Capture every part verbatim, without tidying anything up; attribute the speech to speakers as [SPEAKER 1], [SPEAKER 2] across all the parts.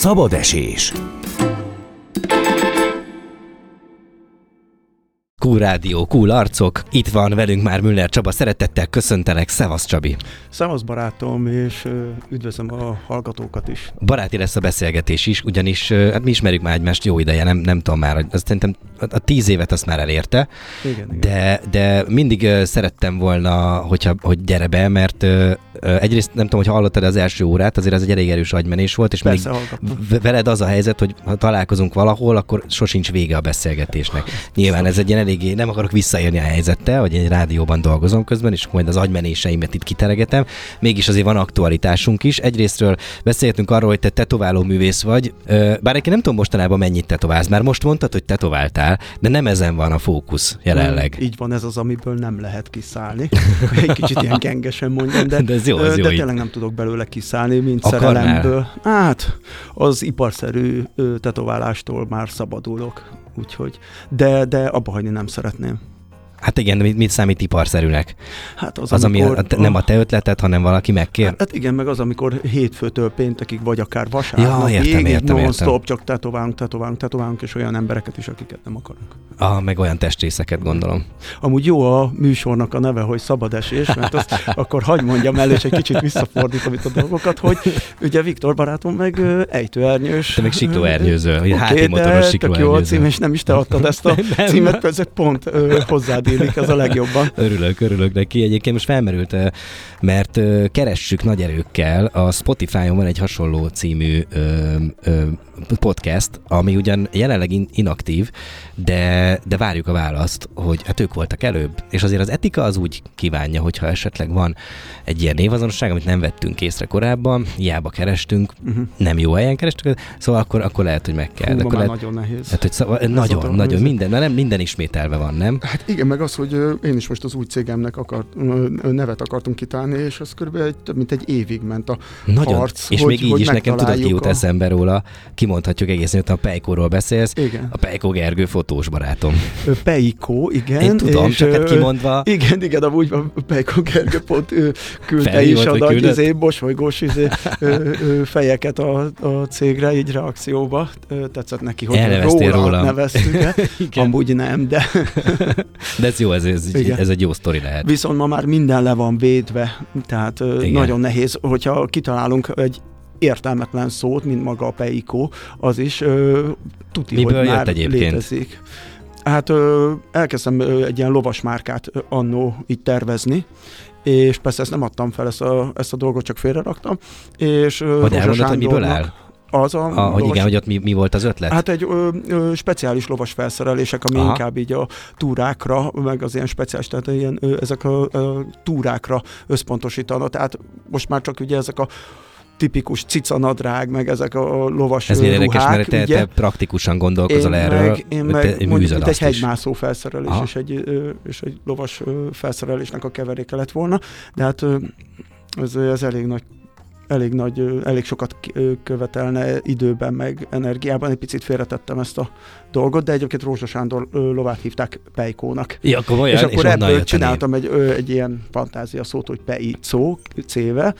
[SPEAKER 1] Szabad esés.
[SPEAKER 2] Cool Rádió, Cool Arcok. Itt van velünk már Müller Csaba. Szeretettel köszöntelek. Szevasz, Csabi.
[SPEAKER 3] Szevasz, barátom, és üdvözlöm a hallgatókat is.
[SPEAKER 2] Baráti lesz a beszélgetés is, ugyanis hát mi ismerjük már egymást jó ideje, nem, nem tudom már, azt szerintem a tíz évet azt már elérte.
[SPEAKER 3] Igen, igen.
[SPEAKER 2] De, de mindig szerettem volna, hogyha, hogy gyere be, mert egyrészt nem tudom, hogy hallottad az első órát, azért ez egy elég erős agymenés volt, és
[SPEAKER 3] Persze,
[SPEAKER 2] mindig
[SPEAKER 3] hallgattam.
[SPEAKER 2] veled az a helyzet, hogy ha találkozunk valahol, akkor sosincs vége a beszélgetésnek. Nyilván ez egy ilyen eléggé, nem akarok visszaélni a helyzettel, hogy egy rádióban dolgozom közben, és majd az agymenéseimet itt kiteregetem. Mégis azért van aktualitásunk is. Egyrésztről beszéltünk arról, hogy te tetováló művész vagy, bár én nem tudom mostanában mennyit tetoválsz, már most mondtad, hogy tetováltál, de nem ezen van a fókusz jelenleg.
[SPEAKER 3] Így van, ez az, amiből nem lehet kiszállni. Egy kicsit ilyen gengesen mondjam, de,
[SPEAKER 2] de, ez jó, ez
[SPEAKER 3] de
[SPEAKER 2] jó
[SPEAKER 3] tényleg nem tudok belőle kiszállni, mint
[SPEAKER 2] Akarnál?
[SPEAKER 3] szerelemből. Hát, az iparszerű tetoválástól már szabadulok, úgyhogy, de, de abba hagyni nem szeretném.
[SPEAKER 2] Hát igen, mit, mit számít iparszerűnek?
[SPEAKER 3] Hát az,
[SPEAKER 2] az
[SPEAKER 3] amikor,
[SPEAKER 2] ami a, nem a te ötleted, hanem valaki megkér?
[SPEAKER 3] Hát igen, meg az, amikor hétfőtől péntekig, vagy akár vasárnapig,
[SPEAKER 2] ja, értem, értem,
[SPEAKER 3] non-stop
[SPEAKER 2] értem.
[SPEAKER 3] csak tetoválunk, tetoválunk, tetoválunk, és olyan embereket is, akiket nem akarunk.
[SPEAKER 2] Ah, meg olyan testrészeket, gondolom.
[SPEAKER 3] Amúgy jó a műsornak a neve, hogy Szabad esés, mert azt akkor hagyd mondjam el, és egy kicsit visszafordítom itt a dolgokat, hogy ugye Viktor barátom meg ejtőernyős.
[SPEAKER 2] Te meg siklóernyőző, vagy
[SPEAKER 3] okay,
[SPEAKER 2] háti motoros
[SPEAKER 3] siklóernyőző. Tök jó a cím, és nem is te adtad ezt a
[SPEAKER 2] nem,
[SPEAKER 3] címet, ez pont ö, hozzád illik, ez a legjobban.
[SPEAKER 2] Örülök, örülök neki. Egyébként most felmerült, mert keressük nagy erőkkel, a Spotify-on van egy hasonló című ö, ö, podcast, ami ugyan jelenleg in- inaktív, de, de várjuk a választ, hogy hát ők voltak előbb. És azért az etika az úgy kívánja, hogyha esetleg van egy ilyen névazonosság, amit nem vettünk észre korábban, hiába kerestünk, uh-huh. nem jó helyen kerestünk, szóval akkor, akkor lehet, hogy meg kell.
[SPEAKER 3] Hú,
[SPEAKER 2] akkor
[SPEAKER 3] már
[SPEAKER 2] lehet,
[SPEAKER 3] nagyon nehéz.
[SPEAKER 2] Hát, hogy szava, nagyon, nagyon, nagyon minden, nem minden ismételve van, nem?
[SPEAKER 3] Hát igen, meg az, hogy én is most az új cégemnek akart, nevet akartunk kitálni, és az körülbelül egy, több mint egy évig ment a
[SPEAKER 2] nagyon.
[SPEAKER 3] harc.
[SPEAKER 2] És
[SPEAKER 3] hogy,
[SPEAKER 2] még így
[SPEAKER 3] hogy
[SPEAKER 2] is nekem tudod, ki jut
[SPEAKER 3] a...
[SPEAKER 2] eszembe róla, kimondhatjuk egészen, hogy a Pejkóról beszélsz.
[SPEAKER 3] Igen.
[SPEAKER 2] A Pejkó Gergő fotós barátom.
[SPEAKER 3] Peikó, igen.
[SPEAKER 2] Én tudom,
[SPEAKER 3] és,
[SPEAKER 2] csak hát kimondva.
[SPEAKER 3] Igen, igen, amúgy a Peikó Gergő pont ő, küldte
[SPEAKER 2] Felhívott,
[SPEAKER 3] is a
[SPEAKER 2] vagy
[SPEAKER 3] nagy
[SPEAKER 2] küldött?
[SPEAKER 3] izé, mosolygós izé, ö, ö, fejeket a, a cégre, így reakcióba. Tetszett neki, hogy
[SPEAKER 2] Elneveztél
[SPEAKER 3] róla
[SPEAKER 2] rólam.
[SPEAKER 3] neveztük el. Amúgy nem, de...
[SPEAKER 2] De ez jó, ez, ez, ez egy jó sztori lehet.
[SPEAKER 3] Viszont ma már minden le van védve, tehát
[SPEAKER 2] igen.
[SPEAKER 3] nagyon nehéz, hogyha kitalálunk egy értelmetlen szót, mint maga a Peikó, az is ö, tuti,
[SPEAKER 2] miből
[SPEAKER 3] hogy
[SPEAKER 2] jött
[SPEAKER 3] már
[SPEAKER 2] egyébként?
[SPEAKER 3] létezik. Hát ö, elkezdtem ö, egy ilyen lovas márkát ö, annó így tervezni, és persze ezt nem adtam fel, ezt a, ezt a dolgot csak félreraktam. És, ö,
[SPEAKER 2] hogy elmondod, hogy miből áll?
[SPEAKER 3] Az a,
[SPEAKER 2] a, hogy
[SPEAKER 3] lovas...
[SPEAKER 2] igen, hogy ott mi, mi volt az ötlet?
[SPEAKER 3] Hát egy ö, ö, speciális lovas felszerelések, ami
[SPEAKER 2] aha.
[SPEAKER 3] inkább így a túrákra, meg az ilyen speciális, tehát ilyen, ö, ezek a ö, túrákra összpontosítanak. Tehát most már csak ugye ezek a tipikus cicanadrág, meg ezek a lovas
[SPEAKER 2] ez
[SPEAKER 3] ruhák. Ez
[SPEAKER 2] érdekes, mert te, te praktikusan gondolkozol
[SPEAKER 3] én
[SPEAKER 2] erről.
[SPEAKER 3] Meg, én meg
[SPEAKER 2] te
[SPEAKER 3] mondjuk, mint egy
[SPEAKER 2] is.
[SPEAKER 3] hegymászó felszerelés, és egy, ö, és egy lovas ö, felszerelésnek a keveréke lett volna. De hát ö, ez, ez elég nagy elég nagy, elég sokat követelne időben, meg energiában. Egy picit félretettem ezt a dolgot, de egyébként Rózsa Sándor lovát hívták Pejkónak.
[SPEAKER 2] Ja, komolyan,
[SPEAKER 3] és akkor
[SPEAKER 2] és
[SPEAKER 3] ebből csináltam egy, egy ilyen fantázia szót, hogy Peicó, C-vel,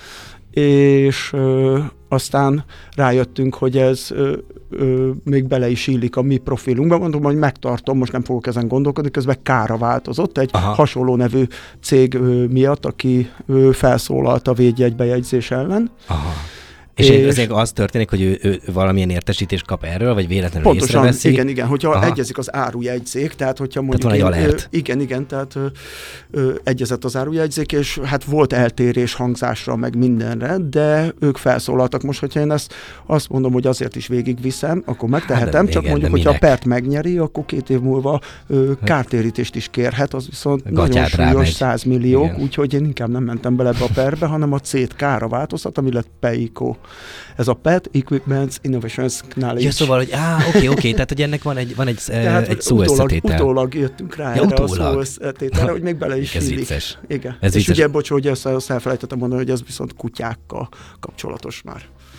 [SPEAKER 3] és ö, aztán rájöttünk, hogy ez ö, ö, még bele is illik a mi profilunkba. Mondom, hogy megtartom, most nem fogok ezen gondolkodni, közben K-ra változott egy aha. hasonló nevű cég ö, miatt, aki ö, felszólalt a védjegybejegyzés ellen.
[SPEAKER 2] Aha. És, és azért az történik, hogy ő, ő valamilyen értesítést kap erről, vagy véletlenül
[SPEAKER 3] pontosan,
[SPEAKER 2] észreveszi?
[SPEAKER 3] igen, igen, hogyha
[SPEAKER 2] aha.
[SPEAKER 3] egyezik az árujegyzék, tehát hogyha mondjuk...
[SPEAKER 2] Tehát van egy
[SPEAKER 3] én,
[SPEAKER 2] alert.
[SPEAKER 3] Ö, igen, igen, tehát ö, ö, egyezett az árujegyzék, és hát volt eltérés hangzásra, meg mindenre, de ők felszólaltak. Most, hogyha én ezt azt mondom, hogy azért is végigviszem, akkor megtehetem, hát, csak igen, mondjuk, hogyha a pert megnyeri, akkor két év múlva ö, kártérítést is kérhet, az viszont nagyon súlyos százmilliók, úgyhogy én inkább nem mentem bele ebbe a perbe, hanem a C-t K-ra változtat, ami lett Peikó. Ez a Pet Equipment Innovations Knowledge.
[SPEAKER 2] Ja, szóval, hogy á, oké, okay, oké, okay, tehát hogy ennek van egy, van egy,
[SPEAKER 3] tehát,
[SPEAKER 2] egy szó összetétel.
[SPEAKER 3] Utólag jöttünk rá
[SPEAKER 2] ja,
[SPEAKER 3] erre
[SPEAKER 2] utólag.
[SPEAKER 3] a szó összetételre, hogy még bele is
[SPEAKER 2] ez
[SPEAKER 3] illik.
[SPEAKER 2] Vicces.
[SPEAKER 3] Igen.
[SPEAKER 2] Ez
[SPEAKER 3] és
[SPEAKER 2] vicces.
[SPEAKER 3] ugye, bocs, hogy ezt, ezt elfelejtettem mondani, hogy ez viszont kutyákkal kapcsolatos már.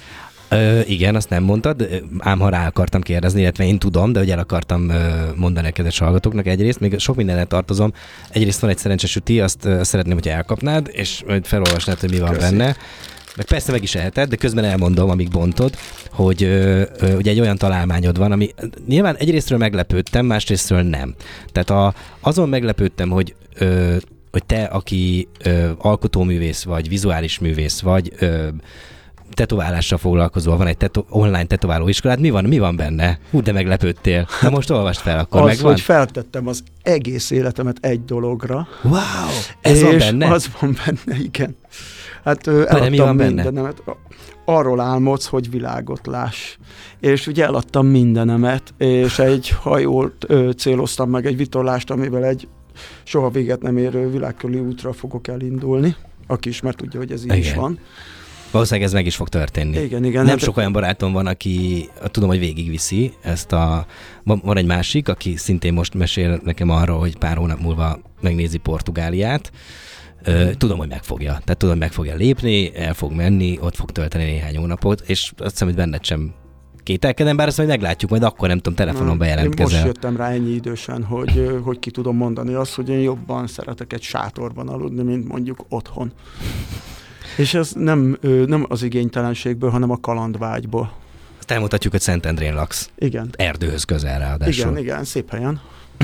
[SPEAKER 2] Ö, igen, azt nem mondtad, ám ha rá akartam kérdezni, illetve én tudom, de hogy el akartam ö, mondani a kedves hallgatóknak egyrészt, még sok mindenre tartozom. Egyrészt van egy szerencsés üti, azt ö, szeretném, hogyha elkapnád, és felolvasnád, hogy mi van
[SPEAKER 3] Köszi.
[SPEAKER 2] benne. Meg persze meg is eheted, de közben elmondom, amíg bontod, hogy ö, ö, ugye egy olyan találmányod van, ami nyilván egyrésztről meglepődtem, másrésztről nem. Tehát a, azon meglepődtem, hogy, ö, hogy te, aki ö, alkotóművész vagy, vizuális művész vagy, ö, tetoválással foglalkozol, van egy teto- online tetováló iskolát, mi van, mi van benne? Hú, de meglepődtél. Na most olvasd fel, akkor
[SPEAKER 3] az,
[SPEAKER 2] megvan?
[SPEAKER 3] hogy feltettem az egész életemet egy dologra.
[SPEAKER 2] Wow! Ez van benne?
[SPEAKER 3] az van benne, igen. Hát ö,
[SPEAKER 2] de mi van benne?
[SPEAKER 3] mindenemet. Arról álmodsz, hogy világot láss. És ugye eladtam mindenemet, és egy hajót ö, céloztam meg, egy vitorlást, amivel egy soha véget nem érő világkörüli útra fogok elindulni. Aki ismer, tudja, hogy ez így igen. is van.
[SPEAKER 2] Valószínűleg ez meg is fog történni.
[SPEAKER 3] Igen, igen.
[SPEAKER 2] Nem sok olyan barátom van, aki tudom, hogy végigviszi ezt a... Van egy másik, aki szintén most mesél nekem arról, hogy pár hónap múlva megnézi Portugáliát. Tudom, hogy megfogja. Tehát tudom, hogy meg fogja lépni, el fog menni, ott fog tölteni néhány hónapot, és azt hiszem, hogy benned sem kételkedem, bár ezt majd meglátjuk, majd akkor nem tudom, telefonon bejelentkezel.
[SPEAKER 3] Én most jöttem rá ennyi idősen, hogy, hogy ki tudom mondani azt, hogy én jobban szeretek egy sátorban aludni, mint mondjuk otthon. És ez nem, nem az igénytelenségből, hanem a kalandvágyból.
[SPEAKER 2] Azt elmutatjuk, hogy Szentendrén laksz.
[SPEAKER 3] Igen.
[SPEAKER 2] Erdőhöz közel ráadásul.
[SPEAKER 3] Igen, igen, szép helyen.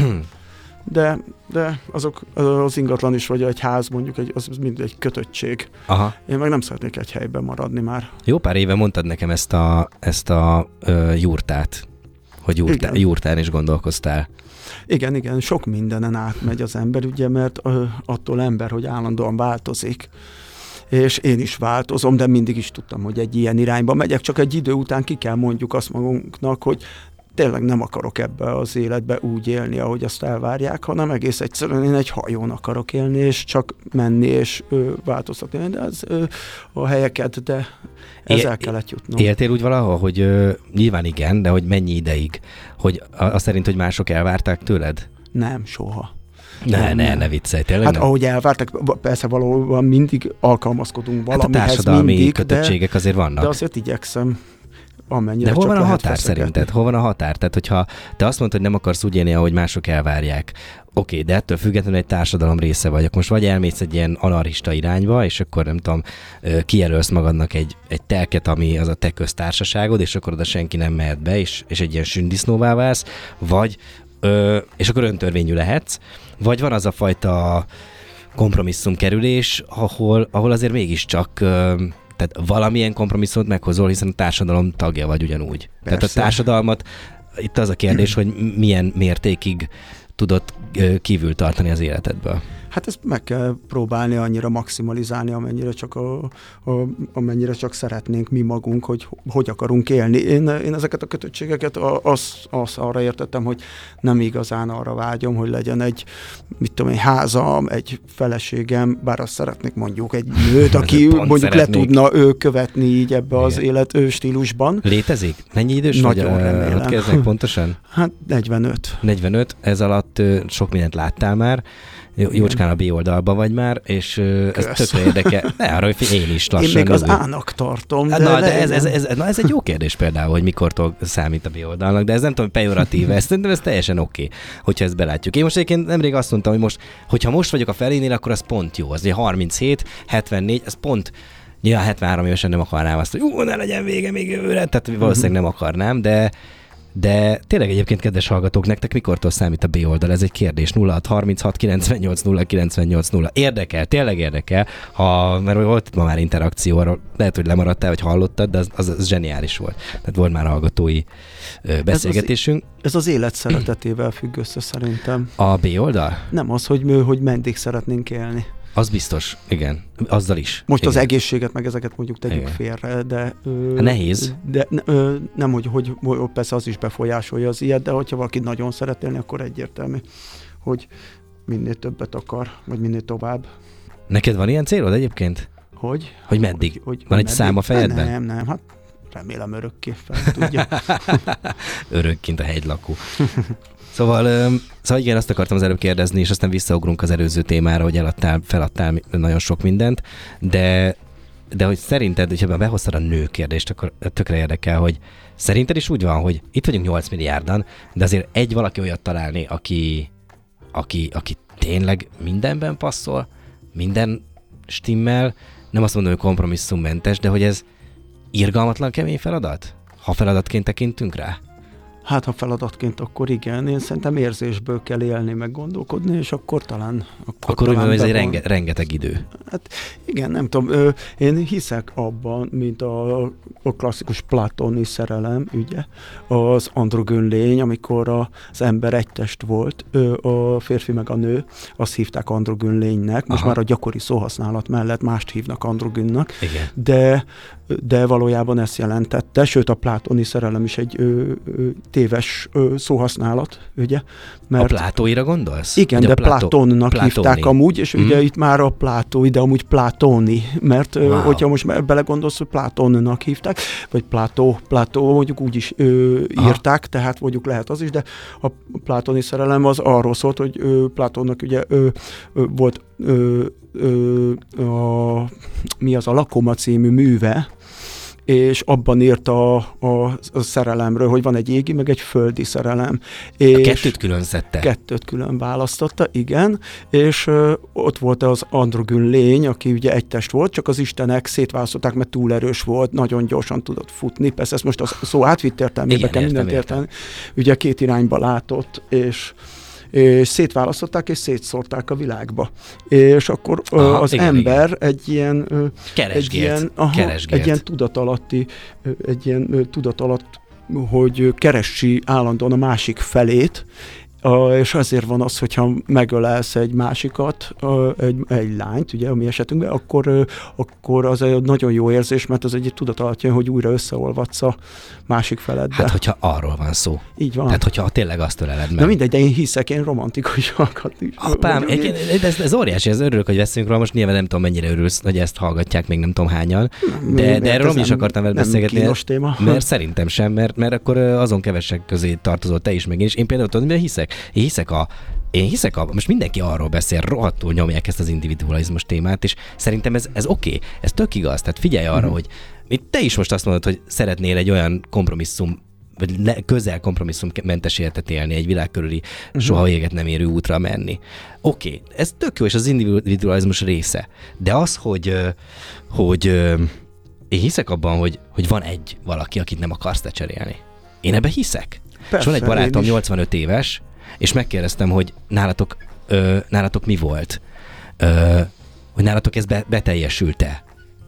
[SPEAKER 3] De, de azok, az ingatlan is, vagy egy ház mondjuk, egy, az mind egy kötöttség.
[SPEAKER 2] Aha.
[SPEAKER 3] Én meg nem szeretnék egy helyben maradni már.
[SPEAKER 2] Jó pár éve mondtad nekem ezt a, ezt a ö, jurtát, hogy jurtá, jurtán is gondolkoztál.
[SPEAKER 3] Igen, igen, sok mindenen átmegy az ember, ugye, mert ö, attól ember, hogy állandóan változik. És én is változom, de mindig is tudtam, hogy egy ilyen irányba megyek, csak egy idő után ki kell mondjuk azt magunknak, hogy tényleg nem akarok ebbe az életbe úgy élni, ahogy azt elvárják, hanem egész egyszerűen én egy hajón akarok élni, és csak menni és ö, változtatni. De az ö, a helyeket, de ezzel é, kellett jutnom.
[SPEAKER 2] Éltél úgy valahol, hogy ö, nyilván igen, de hogy mennyi ideig? Hogy azt szerint, hogy mások elvárták tőled?
[SPEAKER 3] Nem, soha.
[SPEAKER 2] Ne, nem, ne, ne viccelj, tényleg
[SPEAKER 3] Hát
[SPEAKER 2] nem?
[SPEAKER 3] ahogy elvártak, persze valóban mindig alkalmazkodunk valamihez,
[SPEAKER 2] hát a társadalmi
[SPEAKER 3] mindig,
[SPEAKER 2] kötöttségek
[SPEAKER 3] de,
[SPEAKER 2] azért vannak.
[SPEAKER 3] De azért igyekszem, amennyire
[SPEAKER 2] de hol
[SPEAKER 3] csak
[SPEAKER 2] van a
[SPEAKER 3] lehet
[SPEAKER 2] határ
[SPEAKER 3] feszegetni.
[SPEAKER 2] szerinted? Hol van a határ? Tehát, hogyha te azt mondod, hogy nem akarsz úgy élni, ahogy mások elvárják, oké, de ettől függetlenül egy társadalom része vagy. Akkor most vagy elmész egy ilyen anarchista irányba, és akkor nem tudom, kijelölsz magadnak egy, egy telket, ami az a te köztársaságod, és akkor oda senki nem mehet be, és, és egy ilyen sündisznóvá válsz, vagy Ö, és akkor öntörvényű lehetsz, vagy van az a fajta kompromisszumkerülés, ahol, ahol azért mégiscsak ö, tehát valamilyen kompromisszumot meghozol, hiszen a társadalom tagja vagy ugyanúgy. Persze. Tehát a társadalmat, itt az a kérdés, hogy milyen mértékig tudod ö, kívül tartani az életedből.
[SPEAKER 3] Hát ezt meg kell próbálni annyira maximalizálni, amennyire csak, a, a, amennyire csak szeretnénk mi magunk, hogy hogy akarunk élni. Én, én ezeket a kötöttségeket az, az arra értettem, hogy nem igazán arra vágyom, hogy legyen egy, mit tudom, egy házam, egy feleségem, bár azt szeretnék mondjuk egy nőt, aki mondjuk szeretnék. Le tudna ő követni így ebbe igen. az élet ő stílusban.
[SPEAKER 2] Létezik? Mennyi idős
[SPEAKER 3] Nagyon
[SPEAKER 2] vagy?
[SPEAKER 3] remélem.
[SPEAKER 2] Hogy kezdnek pontosan?
[SPEAKER 3] Hát negyvenöt.
[SPEAKER 2] negyvenöt, ez alatt sok mindent láttál már. Jócskán a B oldalban vagy már, és uh, ez tökre érdekel. Ne arra, hogy én is lassan.
[SPEAKER 3] Én még az
[SPEAKER 2] jövő.
[SPEAKER 3] A-nak tartom.
[SPEAKER 2] De, na, de ez, ez, ez, na, ez egy jó kérdés például, hogy mikortól számít a B oldalnak, de ez nem tudom, pejoratív, ez, ez teljesen oké, okay, hogyha ezt belátjuk. Én most egyébként nemrég azt mondtam, hogy most, hogyha most vagyok a felénél, akkor az pont jó. Az ugye harminchét, hetvennégy, ez pont, nyilván hetvenhárom évesen nem akarnám azt, hogy ú, ne legyen vége még jövőre, tehát valószínűleg nem akarnám, de De tényleg egyébként, kedves hallgatók, nektek mikortól számít a B oldal? Ez egy kérdés. nulla hat harminchat kilencvennyolc nulla kilencvennyolc nulla. Érdekel, tényleg érdekel, ha, mert volt ma már interakció, arról lehet, hogy lemaradtál, vagy hallottad, de az, az, az zseniális volt. Tehát volt már hallgatói ö, beszélgetésünk.
[SPEAKER 3] Ez az, ez az élet szeretetével függ össze szerintem.
[SPEAKER 2] A B oldal?
[SPEAKER 3] Nem az, hogy, hogy meddig szeretnénk élni.
[SPEAKER 2] Az biztos, igen. Azzal is.
[SPEAKER 3] Most
[SPEAKER 2] igen.
[SPEAKER 3] Az egészséget, meg ezeket mondjuk tegyük igen. félre, de... Ö,
[SPEAKER 2] hát nehéz.
[SPEAKER 3] De ö, nem, hogy, hogy persze az is befolyásolja az ilyet, de hogyha valaki nagyon szeret élni, akkor egyértelmű, hogy minél többet akar, vagy minél tovább.
[SPEAKER 2] Neked van ilyen célod egyébként?
[SPEAKER 3] Hogy?
[SPEAKER 2] Hogy meddig?
[SPEAKER 3] Hogy, hogy,
[SPEAKER 2] van egy
[SPEAKER 3] meddig?
[SPEAKER 2] szám a fejedben?
[SPEAKER 3] Nem, nem, hát remélem örökké fel tudja.
[SPEAKER 2] Örökként a hegylakó. Szóval, szóval igen, azt akartam az előbb kérdezni, és aztán visszaugrunk az előző témára, hogy eladtál, feladtál nagyon sok mindent, de, de hogy szerinted, hogyha behoztad a nő kérdést, akkor tökre érdekel, hogy szerinted is úgy van, hogy itt vagyunk nyolc milliárdan, de azért egy valaki olyat találni, aki, aki, aki tényleg mindenben passzol, minden stimmel, nem azt mondom, hogy kompromisszummentes, de hogy ez irgalmatlan kemény feladat? Ha feladatként tekintünk rá?
[SPEAKER 3] Hát, ha feladatként, akkor igen. Én szerintem érzésből kell élni, meg gondolkodni, és akkor talán... Akkor,
[SPEAKER 2] akkor úgy mondom, hogy ez egy renge, rengeteg idő. Hát
[SPEAKER 3] igen, nem tudom. Én hiszek abban, mint a, a klasszikus platoni szerelem, ugye, az androgyn lény, amikor az ember egy test volt, a férfi meg a nő, azt hívták androgyn lénynek, most Aha. már a gyakori szóhasználat mellett mást hívnak androgynnak, de, de valójában ezt jelentette, sőt a platoni szerelem is egy ö, ö, téves ö, szóhasználat, ugye?
[SPEAKER 2] Mert, a Plátóira gondolsz?
[SPEAKER 3] Igen, de Plató, Platonnak Platoni. hívták amúgy, és mm. ugye itt már a Plátó, de amúgy Platoni, mert wow. ö, hogyha most belegondolsz, hogy Platonnak hívták, vagy Plató, Plató, mondjuk úgy is ö, írták, tehát mondjuk lehet az is, de a platoni szerelem az arról szólt, hogy ö, Platonnak ugye ö, ö, volt ö, ö, a, mi az a Lakoma című műve, és abban írt a, a, a szerelemről, hogy van egy égi, meg egy földi szerelem. És
[SPEAKER 2] a kettőt külön szedte?
[SPEAKER 3] Kettőt külön választotta, igen, és ö, ott volt az androgyn lény, aki ugye egy test volt, csak az istenek szétválasztották, mert túl erős volt, nagyon gyorsan tudott futni, persze ezt most a szó átvitt értelmében kell mindent érteni. Ugye két irányba látott, és és szétválasztották, és szétszórták a világba. És akkor aha, az igen, ember igen. egy ilyen egy ilyen, aha, egy ilyen tudatalatti, egy ilyen tudatalatt, hogy keressi állandóan a másik felét, Uh, és azért van az, hogyha megölelsz egy másikat, uh, egy, egy lányt, ugye, a mi esetünkben, akkor, uh, akkor az egy nagyon jó érzés, mert az egy tudatalatja, hogy újra összeolvadsz a másik feledbe.
[SPEAKER 2] Hát, hogyha arról van szó.
[SPEAKER 3] Így van.
[SPEAKER 2] Tehát, hogyha tényleg azt öleled meg.
[SPEAKER 3] Na mindegy, de én hiszek, én romantikusakat is.
[SPEAKER 2] Apám, én, ez, ez óriási, ez örülök, hogy veszünk róla, most nyilván nem tudom, mennyire örülsz, hogy ezt hallgatják, még nem tudom hányan, de, de erről is akartam veled beszélgetni.
[SPEAKER 3] Téma.
[SPEAKER 2] Mert szerintem sem, mert, mert akkor azon kevesek közé tartozol te is, meg én is. Én például tudom, mivel hiszek. Én hiszek a, én hiszek a, most mindenki arról beszél, rohadtul nyomják ezt az individualizmus témát, és szerintem ez, ez oké, okay, ez tök igaz, tehát figyelj arra, mm-hmm. hogy te is most azt mondod, hogy szeretnél egy olyan kompromisszum, vagy közel kompromisszummentes életet élni, egy világ körüli uh-huh. soha véget nem érő útra menni. Oké, okay, ez tök jó, és az individualizmus része. De az, hogy, hogy én hiszek abban, hogy, hogy van egy valaki, akit nem akarsz te cserélni. Én ebben hiszek. Persze, és van egy barátom, nyolcvanöt éves, és megkérdeztem, hogy nálatok, ö, nálatok mi volt? Ö, hogy nálatok ez be, beteljesült-e?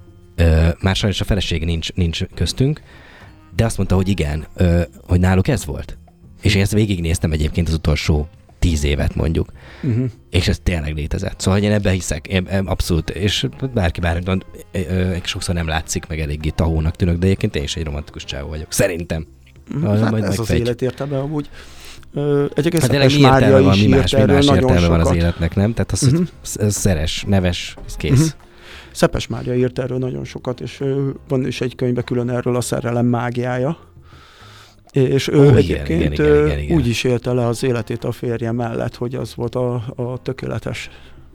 [SPEAKER 2] Ö, már sajnos a felesége nincs, nincs köztünk, de azt mondta, hogy igen, ö, hogy náluk ez volt. És én ezt végignéztem egyébként az utolsó tíz évet mondjuk. Uh-huh. És ez tényleg létezett. Szóval én ebben hiszek, én, én abszolút, és bárki bármi, sokszor nem látszik, meg eléggé tahónak tűnök, de egyébként én is egy romantikus csávó vagyok. Szerintem.
[SPEAKER 3] Uh-huh. Hát ez az életértelme amúgy. Egyébként hát Szepes Mária is
[SPEAKER 2] mi más,
[SPEAKER 3] írt
[SPEAKER 2] mi más értelme
[SPEAKER 3] sokat.
[SPEAKER 2] Van az életnek, nem? Tehát az, uh-huh. hogy szeres, neves, ez kész. Uh-huh.
[SPEAKER 3] Szepes Mária írt erről nagyon sokat, és van is egy könyvbe külön erről, a szerelem mágiája. És ő oh, egyébként igen, igen, igen, igen, igen. úgy is élte le az életét a férje mellett, hogy az volt a, a tökéletes.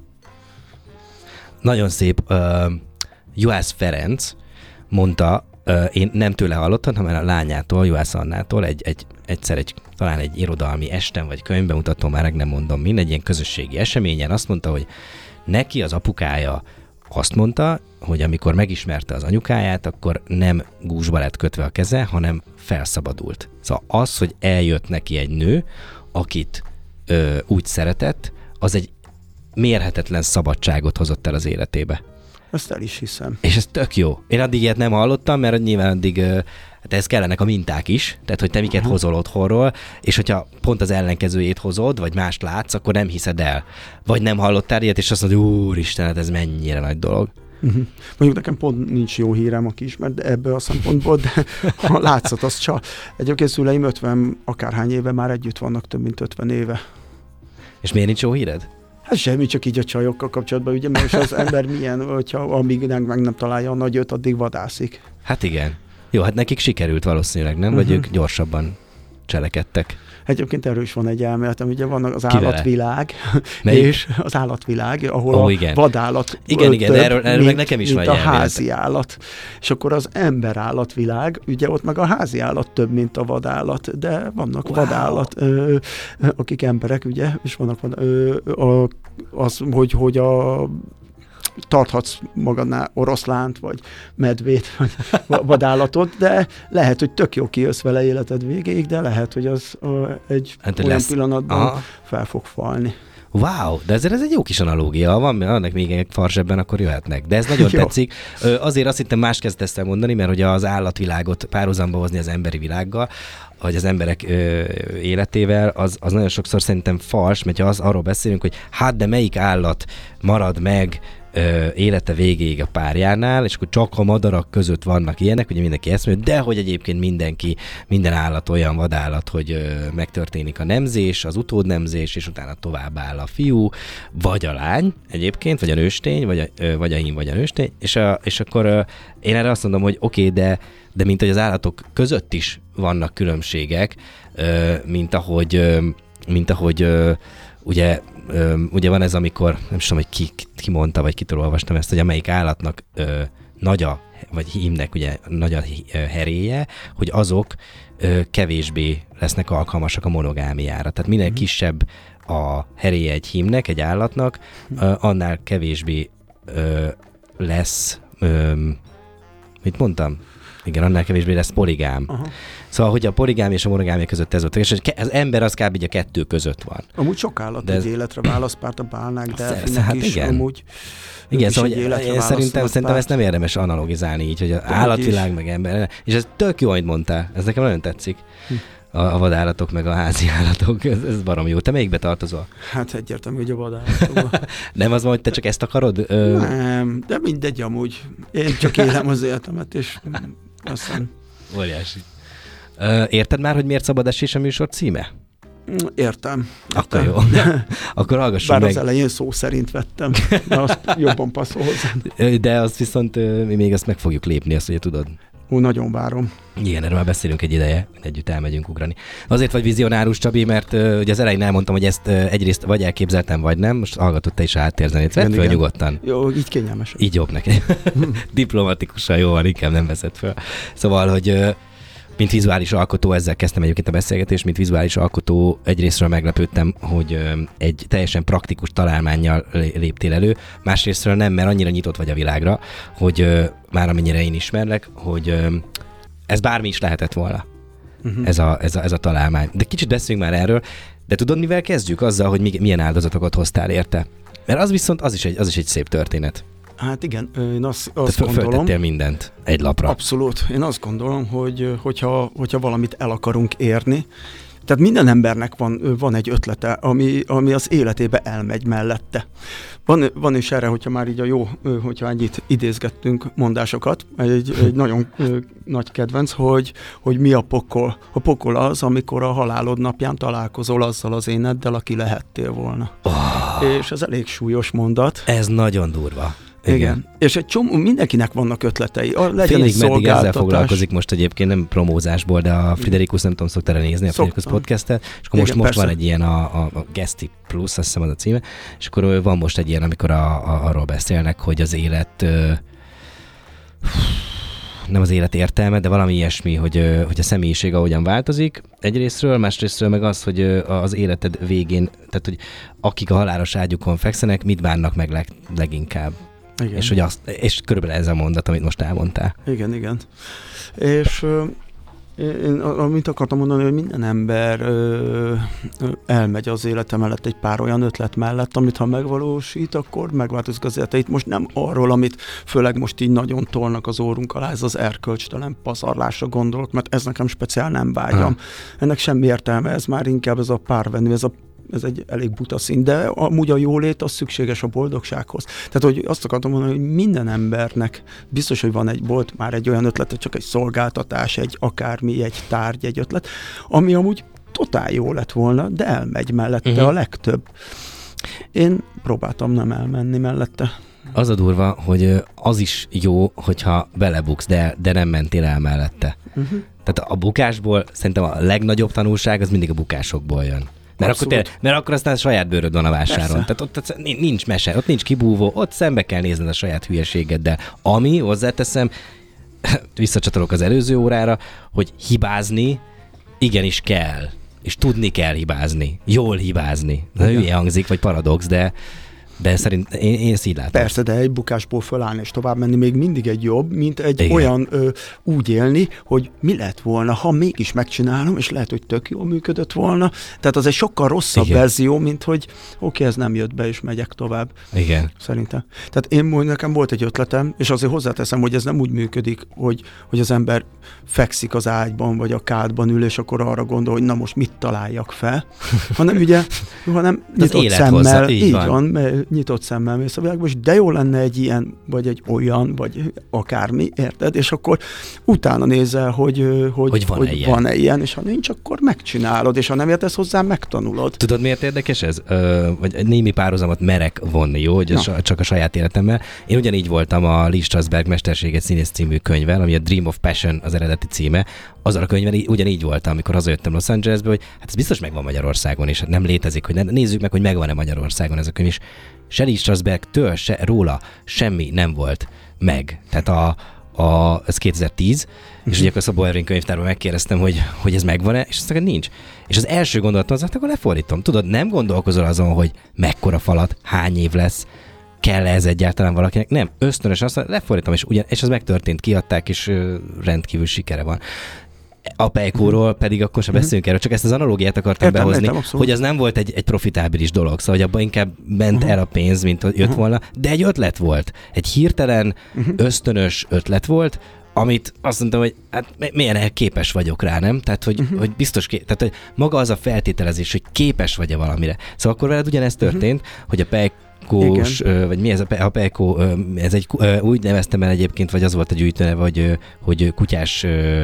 [SPEAKER 2] Nagyon szép. Uh, Juhász Ferenc mondta, uh, én nem tőle hallottam, hanem a lányától, Juhász Annától, egy, egy, egyszer egy, talán egy irodalmi esten, vagy könyvbemutató, már nem mondom min, egy ilyen közösségi eseményen azt mondta, hogy neki az apukája azt mondta, hogy amikor megismerte az anyukáját, akkor nem gúzsba lett kötve a keze, hanem felszabadult. Szóval az, hogy eljött neki egy nő, akit ö, úgy szeretett, az egy mérhetetlen szabadságot hozott el az életébe.
[SPEAKER 3] Ezt el is hiszem.
[SPEAKER 2] És ez tök jó. Én addig ilyet nem hallottam, mert nyilván addig ö, hát ez kellenek a minták is, tehát hogy te miket uh-huh. hozol otthonról, és hogyha pont az ellenkezőjét hozod, vagy mást látsz, akkor nem hiszed el. Vagy nem hallottál ilyet, és azt mondod, úristen, hát ez mennyire nagy dolog.
[SPEAKER 3] Uh-huh. Mondjuk nekem pont nincs jó hírem, aki ismert, de ebből a szempontból, de a látszat az csak. Egyébként szüleim ötven akárhány éve már együtt vannak, több mint ötven éve.
[SPEAKER 2] És miért nincs jó híred?
[SPEAKER 3] Hát semmi, csak így a csajokkal kapcsolatban, ugye, mert az ember milyen, hogyha amíg meg nem találja a nagyot, addig vadászik.
[SPEAKER 2] Hát igen. Jó, hát nekik sikerült valószínűleg, nem? Vagy uh-huh. ők gyorsabban cselekedtek.
[SPEAKER 3] Egyébként erről is van egy elméletem, ugye van az Kivele? Állatvilág,
[SPEAKER 2] Melyik?
[SPEAKER 3] és az állatvilág, ahol
[SPEAKER 2] oh,
[SPEAKER 3] a
[SPEAKER 2] igen.
[SPEAKER 3] vadállat
[SPEAKER 2] igen, igen,
[SPEAKER 3] több,
[SPEAKER 2] erről, erről
[SPEAKER 3] mint,
[SPEAKER 2] meg nekem is
[SPEAKER 3] mint
[SPEAKER 2] van
[SPEAKER 3] a házi állat. És akkor az ember állatvilág, ugye ott meg a házi állat több, mint a vadállat, de vannak wow. vadállat, ö, akik emberek, ugye, és vannak ö, a, az, hogy, hogy a tarthatsz magadnál oroszlánt, vagy medvét, vagy vadállatot, de lehet, hogy tök jó kijössz vele életed végéig, de lehet, hogy az uh, egy hát olyan lesz. pillanatban Aha. fel fog falni.
[SPEAKER 2] Wow, de ezért ez egy jó kis analógia. Van annak még egy fars ebben, akkor jöhetnek. De ez nagyon tetszik. Azért azt hittem más kezdett el mondani, mert hogy az állatvilágot párhuzamba hozni az emberi világgal, vagy az emberek ö, életével, az, az nagyon sokszor szerintem fals, mert az arról beszélünk, hogy hát de melyik állat marad meg ö, élete végéig a párjánál, és akkor csak a madarak között vannak ilyenek, ugye mindenki ezt mondja, de hogy egyébként mindenki, minden állat olyan vadállat, hogy ö, megtörténik a nemzés, az utódnemzés, és utána tovább áll a fiú, vagy a lány egyébként, vagy a nőstény, vagy a, ö, vagy a hím, vagy a nőstény, és, a, és akkor ö, én erre azt mondom, hogy oké, okay, de de mint hogy az állatok között is vannak különbségek, mint ahogy, mint ahogy ugye, ugye van ez, amikor, nem tudom, hogy ki, ki mondta, vagy kitől olvastam ezt, hogy amelyik állatnak nagy a, vagy hímnek ugye nagy a heréje, hogy azok kevésbé lesznek alkalmasak a monogámiára. Tehát minél kisebb a heréje egy hímnek, egy állatnak, annál kevésbé lesz, mit mondtam? Igen, annál kevésbé lesz poligám. Aha. Szóval, hogy a poligám és a monogámia között ez volt. És az ember az kb. A kettő között van.
[SPEAKER 3] Amúgy sok állat egy életre válaszpárt, a bálnák, delfinek hát is
[SPEAKER 2] igen.
[SPEAKER 3] amúgy.
[SPEAKER 2] Igen, szóval én szerintem, szerintem ezt nem érdemes analogizálni így, hogy az állatvilág meg ember. És ez tök jó, amit mondtál. Ez nekem nagyon tetszik. Hm. A, a vadállatok meg a házi állatok. Ez, ez barom jó. Te melyikbe tartozol?
[SPEAKER 3] Hát egyértelmű, hogy a vadállatokba.
[SPEAKER 2] Nem az van, hogy te csak ezt akarod? Ö...
[SPEAKER 3] Nem, de mindegy amúgy. Én csak élem az életemet, és aztán...
[SPEAKER 2] Óriási. Ö, érted már, hogy miért szabad esés a műsor címe?
[SPEAKER 3] Értem.
[SPEAKER 2] Akkor jó. Akkor hallgassuk
[SPEAKER 3] Bár
[SPEAKER 2] meg.
[SPEAKER 3] Bár az elején szó szerint vettem, de azt jobban passzol hozzá.
[SPEAKER 2] De azt viszont mi még ezt meg fogjuk lépni, azt ugye tudod.
[SPEAKER 3] Ó, nagyon várom.
[SPEAKER 2] Igen, erről már beszélünk egy ideje, együtt elmegyünk ugrani. Azért vagy vizionárus, Csabi, mert uh, ugye az elején elmondtam, hogy ezt uh, egyrészt vagy elképzeltem, vagy nem, most hallgatod te is a háttérzenét. Vedd föl nyugodtan.
[SPEAKER 3] Jó, így kényelmesen.
[SPEAKER 2] Így jobb neki. Diplomatikusan jó van, inkább nem veszed föl. Szóval, hogy uh, mint vizuális alkotó, ezzel kezdtem egyébként a beszélgetést, mint vizuális alkotó egyrésztről meglepődtem, hogy uh, egy teljesen praktikus találmánnyal léptél elő, másrésztről nem, mert annyira nyitott vagy a világra, hogy uh, már amennyire én ismerlek, hogy uh, ez bármi is lehetett volna, uh-huh. ez, a, ez, a, ez a találmány. De kicsit beszéljünk már erről, de tudod, mivel kezdjük? Azzal, hogy milyen áldozatokat hoztál érte? Mert az viszont az is egy, az is egy szép történet.
[SPEAKER 3] Hát igen, én azt, azt
[SPEAKER 2] Te
[SPEAKER 3] gondolom...
[SPEAKER 2] föltettél mindent egy lapra.
[SPEAKER 3] Abszolút. Én azt gondolom, hogy hogyha, hogyha valamit el akarunk érni, tehát minden embernek van, van egy ötlete, ami, ami az életébe elmegy mellette. Van, van is erre, hogyha már így a jó, hogyha ennyit idézgettünk mondásokat, egy, egy nagyon nagy kedvenc, hogy, hogy mi a pokol. A pokol az, amikor a halálod napján találkozol azzal az éneddel, aki lehettél volna. Oh. És ez elég súlyos mondat.
[SPEAKER 2] Ez nagyon durva.
[SPEAKER 3] Igen. Igen. És egy csomó, mindenkinek vannak ötletei. A, legyen
[SPEAKER 2] Félig
[SPEAKER 3] egy szolgáltatás.
[SPEAKER 2] Ezzel foglalkozik most egyébként, nem promózásból, de a Friderikus, nem tudom, szoktál nézni a Friderikus podcastet, és akkor most, Igen, most van egy ilyen a, a, a Geszti Plus, azt hiszem az a címe, és akkor van most egy ilyen, amikor a, a, arról beszélnek, hogy az élet ö, nem az élet értelme, de valami ilyesmi, hogy, hogy a személyiség ahogyan változik egyrésztről, másrésztről meg az, hogy az életed végén, tehát hogy akik a halálos ágyukon fekszenek, mit bánnak meg leg, leginkább. Igen. És, hogy azt, és körülbelül ez a mondat, amit most elmondtál.
[SPEAKER 3] Igen, igen. És én amit akartam mondani, hogy minden ember ö, ö, elmegy az élete mellett egy pár olyan ötlet mellett, amit ha megvalósít, akkor megváltozik az élete. Itt most nem arról, amit főleg most így nagyon tolnak az órunk alá, ez az erkölcstelen pazarlásra gondolok, mert ez nekem speciál nem vágyam. Ha. Ennek semmi értelme, ez már inkább ez a párvenő, ez a ez egy elég buta szín, de amúgy a jólét az szükséges a boldogsághoz. Tehát, hogy azt akartam mondani, hogy minden embernek biztos, hogy van egy, volt már egy olyan ötlet, csak egy szolgáltatás, egy akármi, egy tárgy, egy ötlet, ami amúgy totál jó lett volna, de elmegy mellette uh-huh. a legtöbb. Én próbáltam nem elmenni mellette.
[SPEAKER 2] Az a durva, hogy az is jó, hogyha belebuksz, de, de nem mentél el mellette. Uh-huh. Tehát a bukásból szerintem a legnagyobb tanulság az mindig a bukásokból jön. Mert akkor, te, mert akkor aztán saját bőröd van a vásáron. Persze. Tehát ott nincs mese, ott nincs kibúvó, ott szembe kell nézned a saját hülyeségeddel. Ami, hozzáteszem, visszacsatolok az előző órára, hogy hibázni igenis kell. És tudni kell hibázni. Jól hibázni. Na, hülye hangzik, vagy paradox, de, De szerint én, én ezt így látom.
[SPEAKER 3] Persze, de egy bukásból fölállni és tovább menni még mindig egy jobb, mint egy
[SPEAKER 2] Igen.
[SPEAKER 3] olyan ö, úgy élni, hogy mi lett volna, ha mégis megcsinálom, és lehet, hogy tök jól működött volna. Tehát az egy sokkal rosszabb Igen. verzió, mint hogy oké, okay, ez nem jött be, és megyek tovább.
[SPEAKER 2] Igen.
[SPEAKER 3] Szerintem. Tehát én mondjuk, nekem volt egy ötletem, és azért hozzáteszem, hogy ez nem úgy működik, hogy, hogy az ember fekszik az ágyban, vagy a kádban ül, és akkor arra gondol, hogy na most mit találjak fel, hanem ugye, hanem nyitott szemmel,
[SPEAKER 2] hozzá, így,
[SPEAKER 3] így
[SPEAKER 2] van,
[SPEAKER 3] van mert nyitott szemmel mész a világba, és de jó lenne egy ilyen, vagy egy olyan, vagy akármi, érted? És akkor utána nézel, hogy, hogy,
[SPEAKER 2] hogy, van-e,
[SPEAKER 3] hogy
[SPEAKER 2] ilyen.
[SPEAKER 3] van-e ilyen, és ha nincs, akkor megcsinálod, és ha nem értesz hozzá, megtanulod.
[SPEAKER 2] Tudod, miért érdekes ez? Ö, vagy némi párhuzamot merek vonni, jó? Hogy a, csak a saját életemmel. Én ugyanígy voltam a Lee Strasberg Mesterséges színész című könyvvel, ami a Dream of Passion az eredeti címe. Azzal a könyvvel ugyanígy voltam, amikor hazajöttem Los Angelesbe, hogy hát ez biztos megvan Magyarországon, és nem létezik, hogy ne, nézzük meg, hogy megvan-e Magyarországon ez a könyv is. Se Lee Strasbergtől, se róla semmi nem volt meg. Tehát a, a, ez kétezer-tíz, mm-hmm. és ugye akkor a Szabó Ervin könyvtárban megkérdeztem, hogy, hogy ez megvan-e, és azt mondta, nincs. És az első gondolatom az, akkor lefordítom. Tudod, nem gondolkozol azon, hogy mekkora falat, hány év lesz, kell ez egyáltalán valakinek? Nem, ösztönösen azt mondta, lefordítom, és, ugyan, és az megtörtént, kiadták, és ö, rendkívül sikere van. A Pejkóról pedig akkor sem beszélünk erről, csak ezt az analógiát akartam
[SPEAKER 3] értem,
[SPEAKER 2] behozni,
[SPEAKER 3] értem,
[SPEAKER 2] hogy az nem volt egy, egy profitábilis dolog, szóval hogy abban inkább ment uh-huh. el a pénz, mint hogy jött uh-huh. volna, de egy ötlet volt. Egy hirtelen, uh-huh. ösztönös ötlet volt, amit azt mondtam, hogy hát milyen képes vagyok rá, nem? Tehát, hogy, uh-huh. hogy biztos, ké- tehát, hogy maga az a feltételezés, hogy képes vagy-e valamire. Szóval akkor veled ugyanez történt, uh-huh. hogy a Pejkós, vagy mi ez a, Pe- a Pejkó, ez egy, úgy neveztem el egyébként, vagy az volt a gyűjtőneve, hogy, hogy kutyás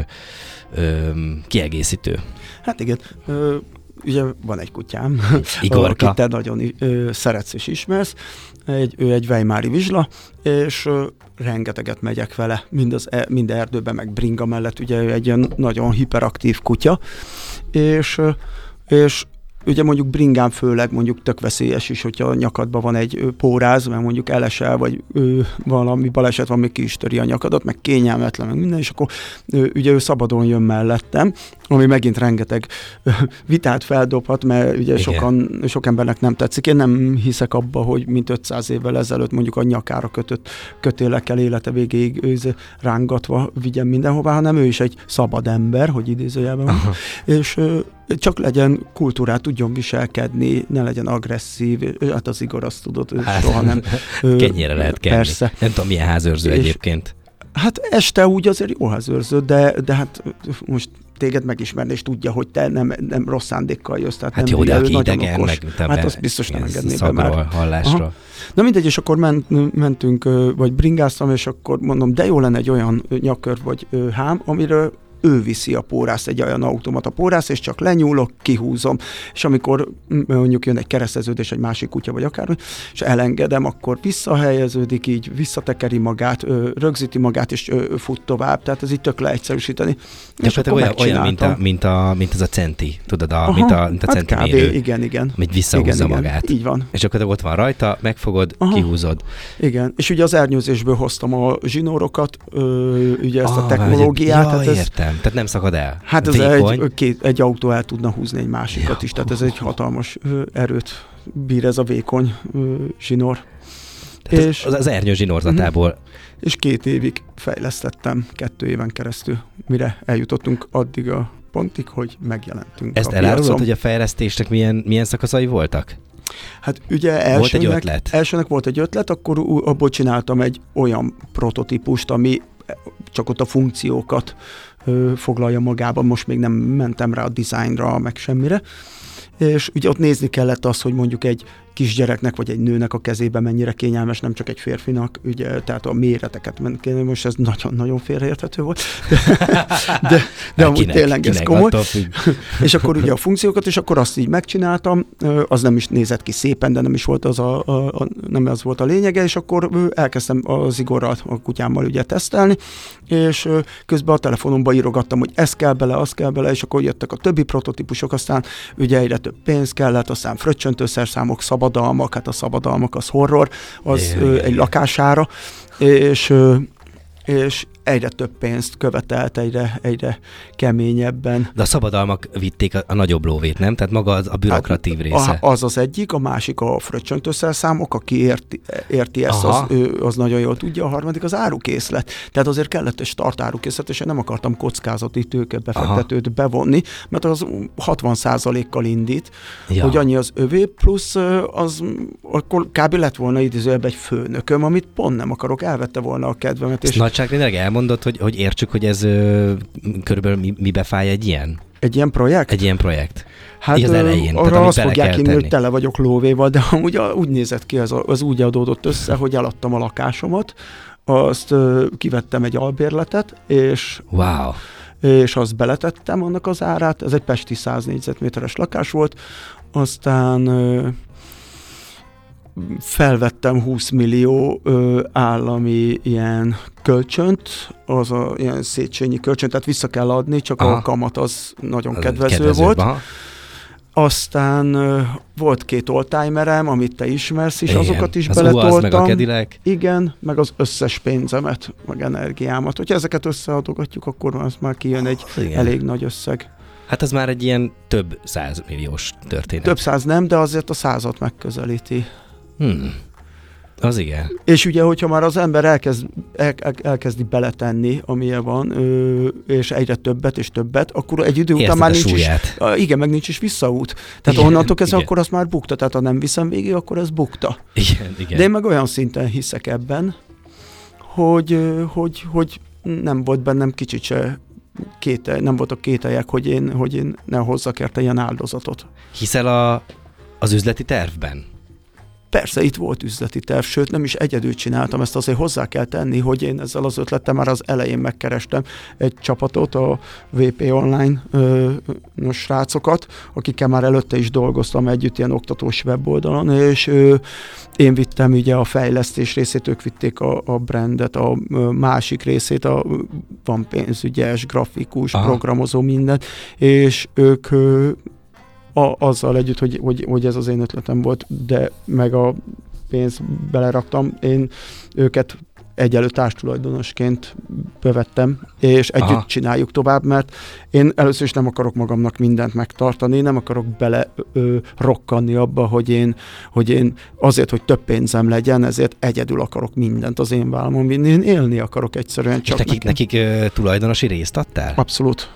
[SPEAKER 2] Ö, kiegészítő.
[SPEAKER 3] Hát igen, ö, ugye van egy kutyám,
[SPEAKER 2] Igorka,
[SPEAKER 3] akit te nagyon ö, szeretsz és ismersz, egy, ő egy weimári vizsla, és ö, rengeteget megyek vele, mind, az, mind erdőben, meg bringa mellett, ugye ő egy ilyen nagyon hiperaktív kutya, és, ö, és ugye mondjuk bringán főleg mondjuk tök veszélyes is, hogyha a nyakadban van egy ö, póráz, mert mondjuk elesel, vagy ö, valami baleset van, még ki is töri a nyakadat, meg kényelmetlen, meg minden, és akkor ö, ugye ő szabadon jön mellettem, ami megint rengeteg ö, vitát feldobhat, mert ugye sokan, sok embernek nem tetszik. Én nem hiszek abba, hogy mint ötszáz évvel ezelőtt mondjuk a nyakára kötött kötélekkel élete végéig őze rángatva vigyen mindenhová, hanem ő is egy szabad ember, hogy idézőjelben van, és ö, csak legyen kultúrát, tudjon viselkedni, ne legyen agresszív, hát az Igor, azt tudod, hát, soha nem.
[SPEAKER 2] Kenyére lehet kenni. Persze. Nem tudom, milyen házőrző és, egyébként.
[SPEAKER 3] Hát este úgy azért jó házőrző, de, de hát most téged megismerni, és tudja, hogy te nem, nem rossz szándékkal jössz. Tehát
[SPEAKER 2] hát
[SPEAKER 3] nem
[SPEAKER 2] jó, de aki
[SPEAKER 3] nagyon
[SPEAKER 2] idegen,
[SPEAKER 3] okos.
[SPEAKER 2] meg
[SPEAKER 3] Hát azt biztos nem engedné be már.
[SPEAKER 2] hallásra. Aha.
[SPEAKER 3] Na mindegy, és akkor ment, mentünk, vagy bringáztam, és akkor mondom, de jó lenne egy olyan nyakör vagy hám, amiről ő viszi a pórászt, egy olyan automata pórászt, és csak lenyúlok, kihúzom, és amikor mondjuk jön egy kereszteződés, egy másik kutya, vagy akár, és elengedem, akkor visszahelyeződik, így visszatekeri magát, rögzíti magát, és fut tovább, tehát ez így tök leegyszerűsíteni. És akkor
[SPEAKER 2] olyan, olyan mint, a, mint, a, mint az a centi, tudod, a,
[SPEAKER 3] Aha,
[SPEAKER 2] mint a, mint a
[SPEAKER 3] hát
[SPEAKER 2] centimérő.
[SPEAKER 3] Kb, igen, igen.
[SPEAKER 2] Amit visszahúzza
[SPEAKER 3] igen,
[SPEAKER 2] magát.
[SPEAKER 3] Igen, így van.
[SPEAKER 2] És akkor ott van rajta, megfogod, Aha. kihúzod.
[SPEAKER 3] Igen, és ugye az ernyőzésből hoztam a zsinórokat, ugye ezt ah, a technológiát.
[SPEAKER 2] Ja,
[SPEAKER 3] tehát ez,
[SPEAKER 2] értem. Tehát nem szakad el.
[SPEAKER 3] Hát ez egy, két, egy autó el tudna húzni egy másikat ja. is, tehát ez egy hatalmas ö, erőt bír ez a vékony ö, zsinór.
[SPEAKER 2] És, az, az ernyő zsinórzatából. Uh-huh.
[SPEAKER 3] És két évig fejlesztettem, kettő éven keresztül, mire eljutottunk addig a pontig, hogy megjelentünk.
[SPEAKER 2] Ezt elárulod, hogy a fejlesztésnek milyen, milyen szakaszai voltak?
[SPEAKER 3] Hát ugye elsőnek
[SPEAKER 2] volt egy ötlet.
[SPEAKER 3] elsőnek volt egy ötlet, akkor abból csináltam egy olyan prototípust, ami csak ott a funkciókat ö, foglalja magában, most még nem mentem rá a dizájnra, meg semmire, és ugye ott nézni kellett az, hogy mondjuk egy kisgyereknek vagy egy nőnek a kezében mennyire kényelmes, nem csak egy férfinak, ugye, tehát a méreteket, most ez nagyon-nagyon félreérthető volt, de, de, de amúgy kinek, tényleg ez komoly. És akkor ugye a funkciókat, és akkor azt így megcsináltam, az nem is nézett ki szépen, de nem is volt az a, a, a nem az volt a lényege, és akkor elkezdtem az Igorral, a kutyámmal ugye tesztelni, és közben a telefonomba írogattam, hogy ez kell bele, az kell bele, és akkor jöttek a többi prototípusok, aztán ugye egyre több pénz kellett, aztán fröccsöntőszerszámok, szabadalmak, hát a szabadalmak az horror, az ö, egy lakására, és, ö, és egyre több pénzt követelt, egyre, egyre keményebben.
[SPEAKER 2] De a szabadalmak vitték a, a nagyobb lóvét, nem? Tehát maga az, a bürokratív része.
[SPEAKER 3] Hát, az az egyik, a másik a fröccsöntőszerszámok, aki érti, érti ezt, az, ő, az nagyon jól tudja, a harmadik az árukészlet. Tehát azért kellett egy start árukészlet, és én nem akartam kockázati tőkebefektetőt bevonni, mert az hatvan százalékkal indít, ja. hogy annyi az övé, plusz az akkor kb. Lett volna idézőjebb egy főnököm, amit pont nem akarok, elvette volna a kedvemet.
[SPEAKER 2] És nagyságrendileg elmondod, hogy, hogy értsük, hogy ez ö, körülbelül mi, mibe fáj egy ilyen?
[SPEAKER 3] Egy ilyen projekt?
[SPEAKER 2] Egy ilyen projekt.
[SPEAKER 3] Hát
[SPEAKER 2] így az elején.
[SPEAKER 3] Arra tehát, azt fogják hinni, hogy tele vagyok lóvéval, de amúgy úgy nézett ki, az, az úgy adódott össze, hogy eladtam a lakásomat, azt ö, kivettem egy albérletet, és...
[SPEAKER 2] Wow.
[SPEAKER 3] és azt beletettem annak az árát, ez egy pesti száz négyzetméteres lakás volt, aztán ö, felvettem húsz millió ö, állami ilyen kölcsönt, az a ilyen Széchenyi kölcsönt, tehát vissza kell adni, csak aha. a kamat az nagyon az kedvező, kedvező volt. Aha. Aztán ö, volt két oldtimerem, amit te ismersz is, igen. azokat is az beletoltam. U A Z, meg a Cadillac. Igen, meg az összes pénzemet, meg energiámat. Hogyha ezeket összeadogatjuk, akkor az már kijön egy igen. elég nagy összeg.
[SPEAKER 2] Hát ez már egy ilyen több százmilliós történet.
[SPEAKER 3] Több száz nem, de azért a százat megközelíti.
[SPEAKER 2] Hmm. Az igen.
[SPEAKER 3] És ugye, hogyha már az ember elkezd, el, elkezdi beletenni, amilyen van, ö, és egyre többet és többet, akkor egy idő után már nincs is, igen, meg nincs is visszaút. Tehát igen, onnantól kezdve akkor az már bukta. Tehát ha nem viszem végig, akkor ez bukta.
[SPEAKER 2] Igen, igen.
[SPEAKER 3] De én meg olyan szinten hiszek ebben, hogy, hogy, hogy nem volt bennem kicsit se kétel, nem voltak kételjek, hogy én, hogy én ne hozzak érte ilyen áldozatot.
[SPEAKER 2] Hiszel a, az üzleti tervben?
[SPEAKER 3] Persze, itt volt üzleti terv, sőt nem is egyedül csináltam, ezt azért hozzá kell tenni, hogy én ezzel az ötlettel már az elején megkerestem egy csapatot, a vé pé Online ö, ö, srácokat, akikkel már előtte is dolgoztam együtt ilyen oktatós weboldalon, és ö, én vittem ugye a fejlesztés részét, ők vitték a, a brandet, a ö, másik részét, a, van pénzügyes, grafikus, aha. programozó, minden, és ők ö, A, azzal együtt, hogy, hogy, hogy ez az én ötletem volt, de meg a pénzt beleraktam, én őket egyelő társtulajdonosként bevettem, és együtt aha. csináljuk tovább, mert én először is nem akarok magamnak mindent megtartani, nem akarok bele ö, rokkanni abba, hogy én, hogy én azért, hogy több pénzem legyen, ezért egyedül akarok mindent az én vállamon vinni, én élni akarok egyszerűen. Csak
[SPEAKER 2] és nekik, nekik ö, tulajdonosi részt adtál?
[SPEAKER 3] Abszolút.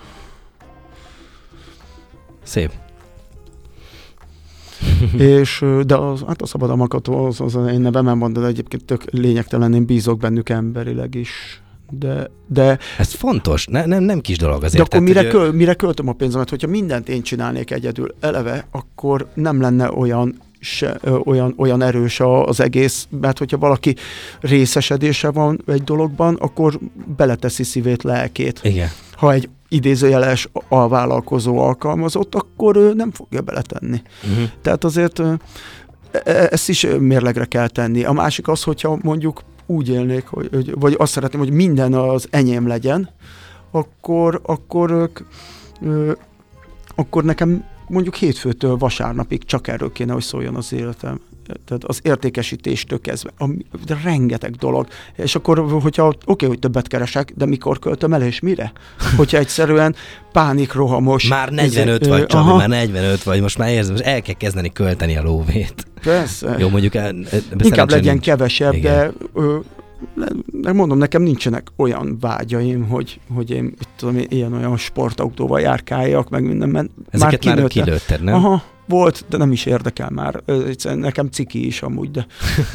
[SPEAKER 2] Szép.
[SPEAKER 3] és, de az, hát a szabadalmakat az, az én nevemem van, de egyébként tök lényegtelen, én bízok bennük emberileg is. De, de,
[SPEAKER 2] ez fontos, ne, nem, nem kis dolog azért.
[SPEAKER 3] De akkor
[SPEAKER 2] tehát,
[SPEAKER 3] mire,
[SPEAKER 2] hogy...
[SPEAKER 3] köl, mire költöm a pénzemet? Hogyha mindent én csinálnék egyedül eleve, akkor nem lenne olyan Se, ö, olyan, olyan erős az egész, mert hogyha valaki részesedése van egy dologban, akkor beleteszi szívét, lelkét.
[SPEAKER 2] Igen.
[SPEAKER 3] Ha egy idézőjeles alvállalkozó alkalmazott, akkor ő nem fogja beletenni. Uh-huh. Tehát azért ezt is mérlegre kell tenni. A másik az, hogyha mondjuk úgy élnék, hogy, vagy azt szeretném, hogy minden az enyém legyen, akkor, akkor, ők, akkor nekem mondjuk hétfőtől vasárnapig csak erről kéne, hogy szóljon az életem. Tehát az értékesítéstől kezdve. A, de rengeteg dolog. És akkor, hogyha oké, okay, hogy többet keresek, de mikor költöm el, és mire? Hogyha egyszerűen pánikrohamos.
[SPEAKER 2] Már negyvenöt vagy, Csabi, már negyvenöt vagy, most már érzem, most el kell kezdeni költeni a lóvét.
[SPEAKER 3] Persze.
[SPEAKER 2] Jó, mondjuk el,
[SPEAKER 3] inkább legyen nincs. Kevesebb, igen. de... Ö, de mondom, nekem nincsenek olyan vágyaim, hogy, hogy én tudom, ilyen-olyan sportautóval járkáljak, meg minden, mert
[SPEAKER 2] ezeket már, már kilőtted, nem?
[SPEAKER 3] Aha, volt, de nem is érdekel már. Nekem ciki is amúgy, de...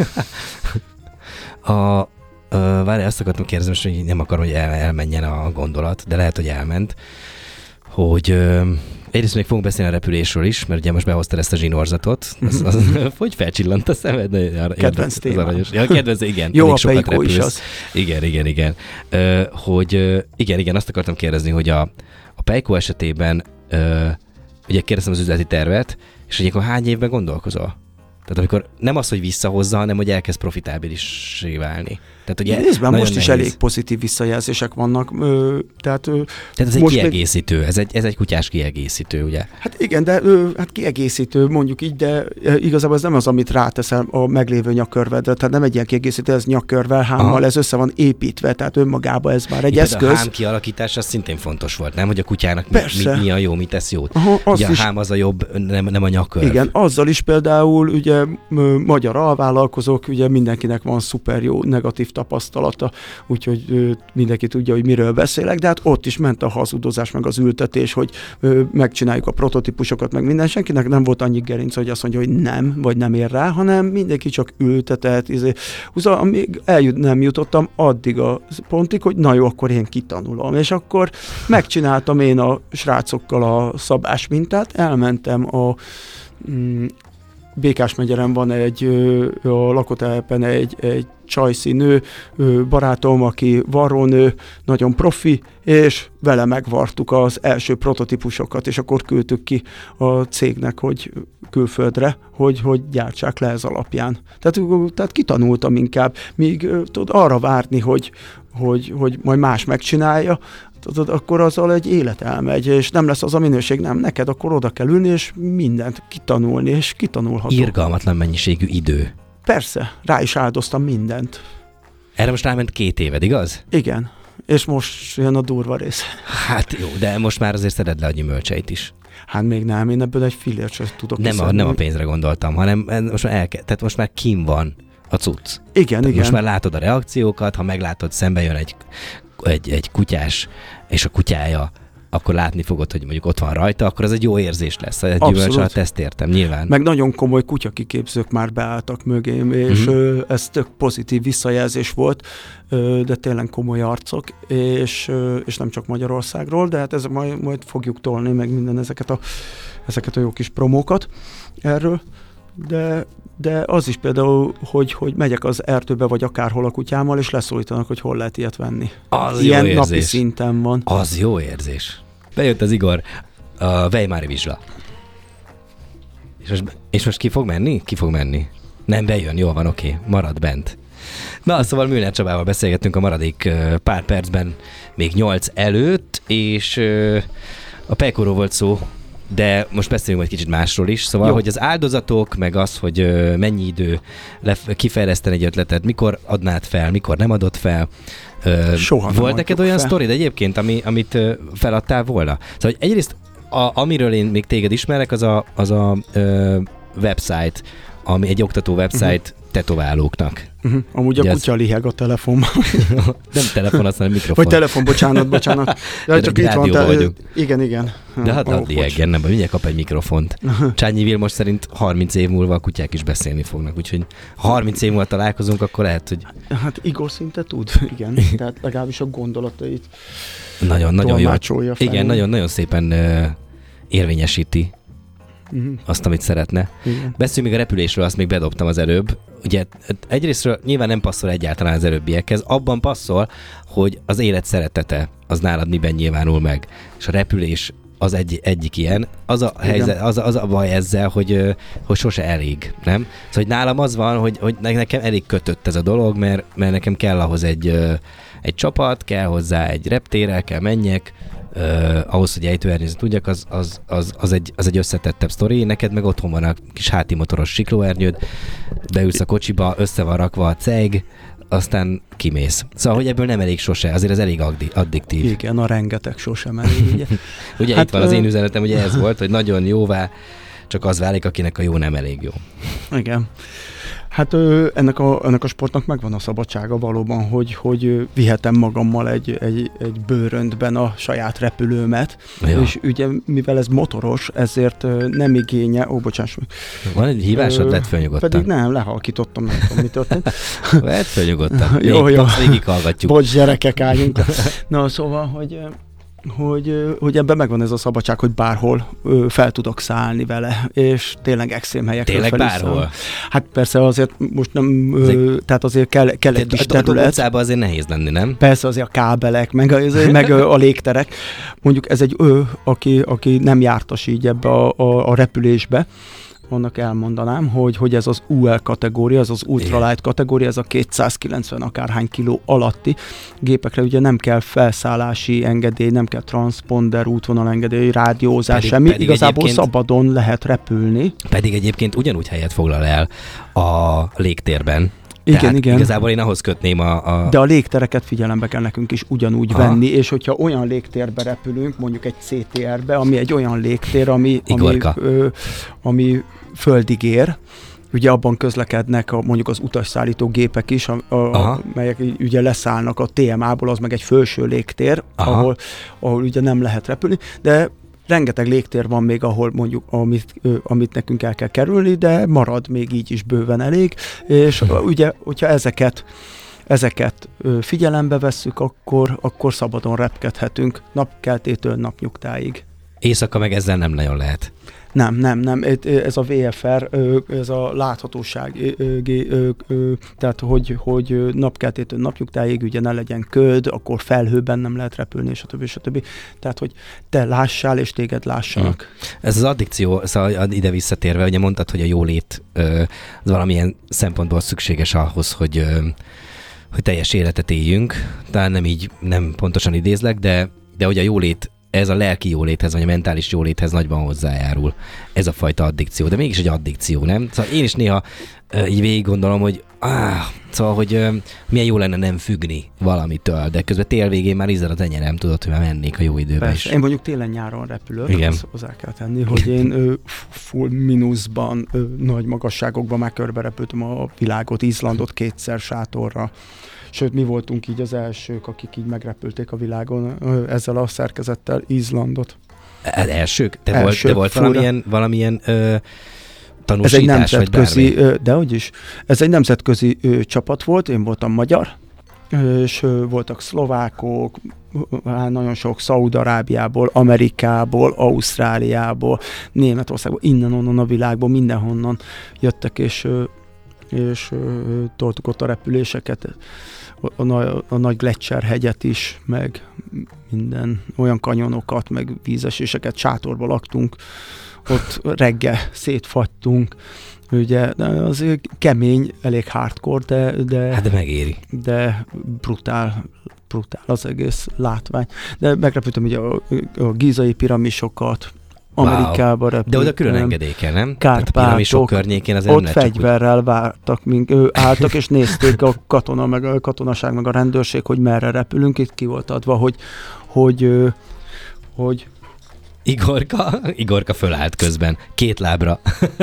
[SPEAKER 2] a, várj, azt akartam kérdezni, hogy nem akarom, hogy el, elmenjen a gondolat, de lehet, hogy elment, hogy ö, egyrészt még fogunk beszélni a repülésről is, mert ugye most behoztad ezt a zsinórzatot. Az, az, hogy felcsillant a szemed?
[SPEAKER 3] Kedvenc téma.
[SPEAKER 2] Ja, kedvenc, igen.
[SPEAKER 3] Jó a Peikó is az.
[SPEAKER 2] Igen, igen, igen. Ö, hogy ö, igen, igen, azt akartam kérdezni, hogy a, a Peikó esetében ö, ugye kérdeztem az üzleti tervet, és hogy akkor hány évben gondolkozol? Tehát amikor nem az, hogy visszahozza, hanem hogy elkezd profitábilissé válni. Tehát, ugye
[SPEAKER 3] Nézd, most is elég pozitív visszajelzések vannak. Ö, tehát, ö,
[SPEAKER 2] tehát ez egy kiegészítő, még... ez, egy, ez egy kutyás kiegészítő, ugye?
[SPEAKER 3] Hát igen, de ö, hát kiegészítő, mondjuk így, de igazából ez nem az, amit ráteszel a meglévő nyakkörvedre, tehát nem egy ilyen kiegészítő, ez nyakkörvel, hámmal, aha, ez össze van építve, tehát önmagában ez már egy
[SPEAKER 2] itt
[SPEAKER 3] eszköz.
[SPEAKER 2] A hám kialakítás az szintén fontos volt, nem? Hogy a kutyának mi, mi, mi a jó, mi tesz jót.
[SPEAKER 3] Aha,
[SPEAKER 2] ugye
[SPEAKER 3] is...
[SPEAKER 2] a hám az a jobb, nem, nem a nyakkörv.
[SPEAKER 3] Igen, azzal is például ugye magyar alvállalkozók, ugye mindenkinek van szuper jó negatív tapasztalata, úgyhogy ö, mindenki tudja, hogy miről beszélek, de hát ott is ment a hazudozás, meg az ültetés, hogy ö, megcsináljuk a prototípusokat, meg minden. Senkinek nem volt annyi gerinc, hogy azt mondja, hogy nem, vagy nem ér rá, hanem mindenki csak ültetett. Izé. Húzza, amíg eljut, nem jutottam addig a pontig, hogy na jó, akkor én kitanulom. És akkor megcsináltam én a srácokkal a szabás mintát, elmentem a mm, Békás megyeren van egy a lakótelepen egy, egy csajszínű barátom, aki varrónő, nagyon profi, és vele megvartuk az első prototípusokat, és akkor küldtük ki a cégnek, hogy külföldre, hogy, hogy gyártsák le ez alapján. Tehát, tehát kitanultam inkább, míg tudod arra várni, hogy, hogy, hogy majd más megcsinálja, tudod, akkor azzal egy élet elmegy, és nem lesz az a minőség, nem, neked akkor oda kell ülni, és mindent kitanulni, és kitanulható.
[SPEAKER 2] Irgalmatlan mennyiségű idő.
[SPEAKER 3] Persze, rá is áldoztam mindent.
[SPEAKER 2] Erre most ráment két éved, igaz?
[SPEAKER 3] Igen, és most jön a durva rész.
[SPEAKER 2] Hát jó, de most már azért szeded le a gyümölcseit is.
[SPEAKER 3] Hát még nem, én ebből egy fillért sem tudok
[SPEAKER 2] nem a, nem a pénzre gondoltam, hanem most már, elke, tehát most már kim van a cucc.
[SPEAKER 3] Igen,
[SPEAKER 2] tehát
[SPEAKER 3] igen.
[SPEAKER 2] Most már látod a reakciókat, ha meglátod, szembe jön egy, egy, egy kutyás, és a kutyája, akkor látni fogod, hogy mondjuk ott van rajta, akkor az egy jó érzés lesz. Egy gyümölcs alatt ezt értem, nyilván.
[SPEAKER 3] Meg nagyon komoly kutyakiképzők már beálltak mögém, és mm-hmm. ez tök pozitív visszajelzés volt, de tényleg komoly arcok, és, és nem csak Magyarországról, de hát ez majd, majd fogjuk tolni meg minden ezeket a, ezeket a jó kis promókat erről. De, de az is például, hogy, hogy megyek az erdőbe, vagy akárhol a kutyámmal, és leszólítanak, hogy hol lehet ilyet venni.
[SPEAKER 2] Az
[SPEAKER 3] ilyen
[SPEAKER 2] jó
[SPEAKER 3] napi szinten van.
[SPEAKER 2] Az jó érzés. Bejött az Igor, a Weimári Vizsla. És most, és most ki fog menni? Ki fog menni? Nem bejön, jól van, oké, marad bent. Na, szóval Müller Csabával beszélgettünk a maradék pár percben, még nyolc előtt, és a Pejkorról volt szó, de most beszéljünk egy kicsit másról is. Szóval, jó, hogy az áldozatok, meg az, hogy mennyi idő lef- kifejleszteni egy ötletet, mikor adnád fel, mikor nem adod fel.
[SPEAKER 3] Soha nem
[SPEAKER 2] volt neked olyan
[SPEAKER 3] fel.
[SPEAKER 2] sztorid egyébként, ami, amit feladtál volna? Szóval hogy egyrészt, a, amiről én még téged ismerek, az a, az a ö, website, ami egy oktató website uh-huh. tetoválóknak.
[SPEAKER 3] Uh-huh. Amúgy ugye a kutya az... liheg a telefonban.
[SPEAKER 2] Nem telefon, azt, hanem mikrofon.
[SPEAKER 3] Vagy telefon, bocsánat, bocsánat.
[SPEAKER 2] De csak itt van. Te...
[SPEAKER 3] Igen, igen.
[SPEAKER 2] De hát oh, lihegjen, nem, mindjárt kap egy mikrofont. Uh-huh. Csányi Vilmos szerint harminc év múlva a kutyák is beszélni fognak, úgyhogy ha harminc év múlva találkozunk, akkor lehet, hogy...
[SPEAKER 3] Hát Igor szinte tud, igen. Tehát legalábbis a gondolatait
[SPEAKER 2] nagyon-nagyon jó.
[SPEAKER 3] Igen,
[SPEAKER 2] nagyon-nagyon szépen uh, érvényesíti uh-huh. azt, amit szeretne.
[SPEAKER 3] Igen.
[SPEAKER 2] Beszéljünk még a repülésről, azt még bedobtam az előbb. Ugye egyrésztről nyilván nem passzol egyáltalán az előbbiekhez, abban passzol, hogy az élet szeretete az nálad miben nyilvánul meg. És a repülés az egy, egyik ilyen. Az a, helyzet, az, a, az a baj ezzel, hogy, hogy sose elég, nem? Szóval hogy nálam az van, hogy, hogy nekem elég kötött ez a dolog, mert, mert nekem kell ahhoz egy, egy csapat, kell hozzá egy reptérrel, kell menjek, Uh, ahhoz, hogy ejtőernyőzni tudjak, az, az, az, az, egy, az egy összetettebb sztori. Neked meg otthon van a kis háti motoros siklóernyőd, beülsz a kocsiba, össze van rakva a ceg, aztán kimész. Szóval, hogy ebből nem elég sose, azért ez elég addiktív.
[SPEAKER 3] Igen, a rengeteg sosem elég, ugye.
[SPEAKER 2] ugye hát, itt van az én üzenetem, ugye ez volt, hogy nagyon jóvá, csak az válik, akinek a jó nem elég jó.
[SPEAKER 3] Igen. Hát ö, ennek, a, ennek a sportnak megvan a szabadsága valóban, hogy, hogy vihetem magammal egy, egy, egy bőröntben a saját repülőmet, ja. És ugye mivel ez motoros, ezért nem igénye, ó, bocsáss meg.
[SPEAKER 2] Van egy hívásod, lett fölnyugodtan.
[SPEAKER 3] Pedig nem, lehalkítottam, nem tudom, mi történt.
[SPEAKER 2] Lett fölnyugodtan.
[SPEAKER 3] Jó, jó.
[SPEAKER 2] Végig hallgatjuk.
[SPEAKER 3] Bocs, gyerekek, álljunk. Na, szóval, hogy... Hogy, hogy ebben megvan ez a szabadság, hogy bárhol ö, fel tudok szállni vele, és tényleg extrém helyekről
[SPEAKER 2] tényleg bárhol?
[SPEAKER 3] Száll. Hát persze azért most nem, ö, tehát azért kell, kell egy kis terület.
[SPEAKER 2] A utcában azért nehéz lenni, nem?
[SPEAKER 3] Persze azért a kábelek, meg a, meg a légterek. Mondjuk ez egy ő, aki, aki nem jártas így ebbe a, a, a repülésbe, annak elmondanám, hogy, hogy ez az u el kategória, ez az ultralight kategória, ez a kétszázkilencven akárhány kiló alatti gépekre ugye nem kell felszállási engedély, nem kell transponder, útvonal engedély, rádiózás, pedig, semmi, pedig igazából szabadon lehet repülni.
[SPEAKER 2] Pedig egyébként ugyanúgy helyet foglal el a légtérben.
[SPEAKER 3] Igen,
[SPEAKER 2] Tehát
[SPEAKER 3] igen.
[SPEAKER 2] Igazából én ahhoz kötném a, a...
[SPEAKER 3] De a légtereket figyelembe kell nekünk is ugyanúgy ha. venni, és hogyha olyan légtérbe repülünk, mondjuk egy cé té er-be, ami egy olyan légtér, ami, ami, ö, ami földig ér, ugye abban közlekednek a, mondjuk az utasszállító gépek is, a, a, melyek ugye leszállnak a té em á-ból, az meg egy felső légtér, ahol, ahol ugye nem lehet repülni, de rengeteg légtér van még, ahol mondjuk, amit, amit nekünk el kell kerülni, de marad még így is bőven elég, és ugye, hogyha ezeket, ezeket figyelembe vesszük, akkor, akkor szabadon repkedhetünk napkeltétől napnyugtáig.
[SPEAKER 2] Éjszaka meg ezzel nem nagyon lehet.
[SPEAKER 3] Nem, nem, nem. Ez a vé ef er, ez a láthatóság, tehát hogy, hogy napkeltétől napnyugtáig ugye ne legyen köd, akkor felhőben nem lehet repülni, stb. stb. Tehát, hogy te lássál, és téged lássanak.
[SPEAKER 2] Hmm. Ez az addikció, szóval ide visszatérve, ugye mondtad, hogy a jólét az valamilyen szempontból szükséges ahhoz, hogy, hogy teljes életet éljünk. Talán nem így, nem pontosan idézlek, de, de hogy a jólét ez a lelki jóléthez, vagy a mentális jóléthez nagyban hozzájárul. Ez a fajta addikció. De mégis egy addikció, nem? Szóval én is néha uh, így végig gondolom, hogy áh, szóval, hogy uh, milyen jó lenne nem függni valamitől, de közben tél végén már izzad a tenyerem, tudod, hogy már mennék a jó időben
[SPEAKER 3] Persze.
[SPEAKER 2] is.
[SPEAKER 3] Én mondjuk télen-nyáron repülök, igen. Azt hozzá kell tenni, hogy én ö, full mínuszban, ö, nagy magasságokban már körbe repültem a világot, Izlandot kétszer sátorra. Sőt, mi voltunk így az elsők, akik így megrepülték a világon ezzel a szerkezettel Izlandot.
[SPEAKER 2] Az elsők? De volt, de volt valamilyen, valamilyen ö, tanúsítás,
[SPEAKER 3] ez egy nemzetközi, ö, de hogy is, ez egy nemzetközi ö, csapat volt, én voltam magyar, és ö, voltak szlovákok, hát nagyon sok Szaúd-Arábiából, Amerikából, Ausztráliából, Németországból, innen-onnan a világból, mindenhonnan jöttek, és, ö, és ö, toltuk ott a repüléseket. A, a, a nagy Gletscher-hegyet is, meg minden olyan kanyonokat, meg vízeséseket, sátorba laktunk, ott reggel szétfagytunk, ugye, az kemény, elég hardcore, de, de,
[SPEAKER 2] hát de megéri.
[SPEAKER 3] De brutál, brutál az egész látvány. De megrepültem ugye a, a gízai piramisokat, Amerikába wow. repültem.
[SPEAKER 2] De oda külön engedély kell, nem?
[SPEAKER 3] Kárpátok,
[SPEAKER 2] környékén az
[SPEAKER 3] ott fegyverrel úgy... vártak, mink, ő, álltak és nézték a katona, meg a katonaság, meg a rendőrség, hogy merre repülünk. Itt ki volt adva, hogy, hogy, hogy...
[SPEAKER 2] Igorka, Igorka fölállt közben, két lábra.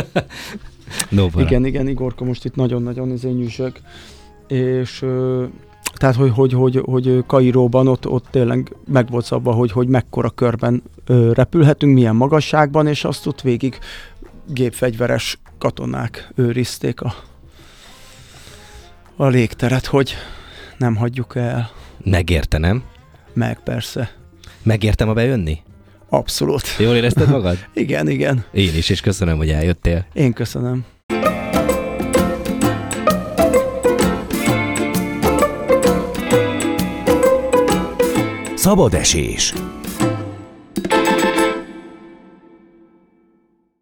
[SPEAKER 2] No,
[SPEAKER 3] igen, igen, Igorka most itt nagyon-nagyon izényűsök. És... Tehát, hogy, hogy, hogy, hogy Kairóban ott, ott tényleg meg volt szabva, hogy, hogy mekkora körben ö, repülhetünk, milyen magasságban, és azt ott végig gépfegyveres katonák őrizték a, a légteret, hogy nem hagyjuk el.
[SPEAKER 2] Megérte, nem?
[SPEAKER 3] Meg, persze.
[SPEAKER 2] Megértem a bejönni?
[SPEAKER 3] Abszolút.
[SPEAKER 2] Jól érezted magad?
[SPEAKER 3] Igen, igen.
[SPEAKER 2] Én is, és köszönöm, hogy eljöttél.
[SPEAKER 3] Én köszönöm.
[SPEAKER 1] Szabad esés.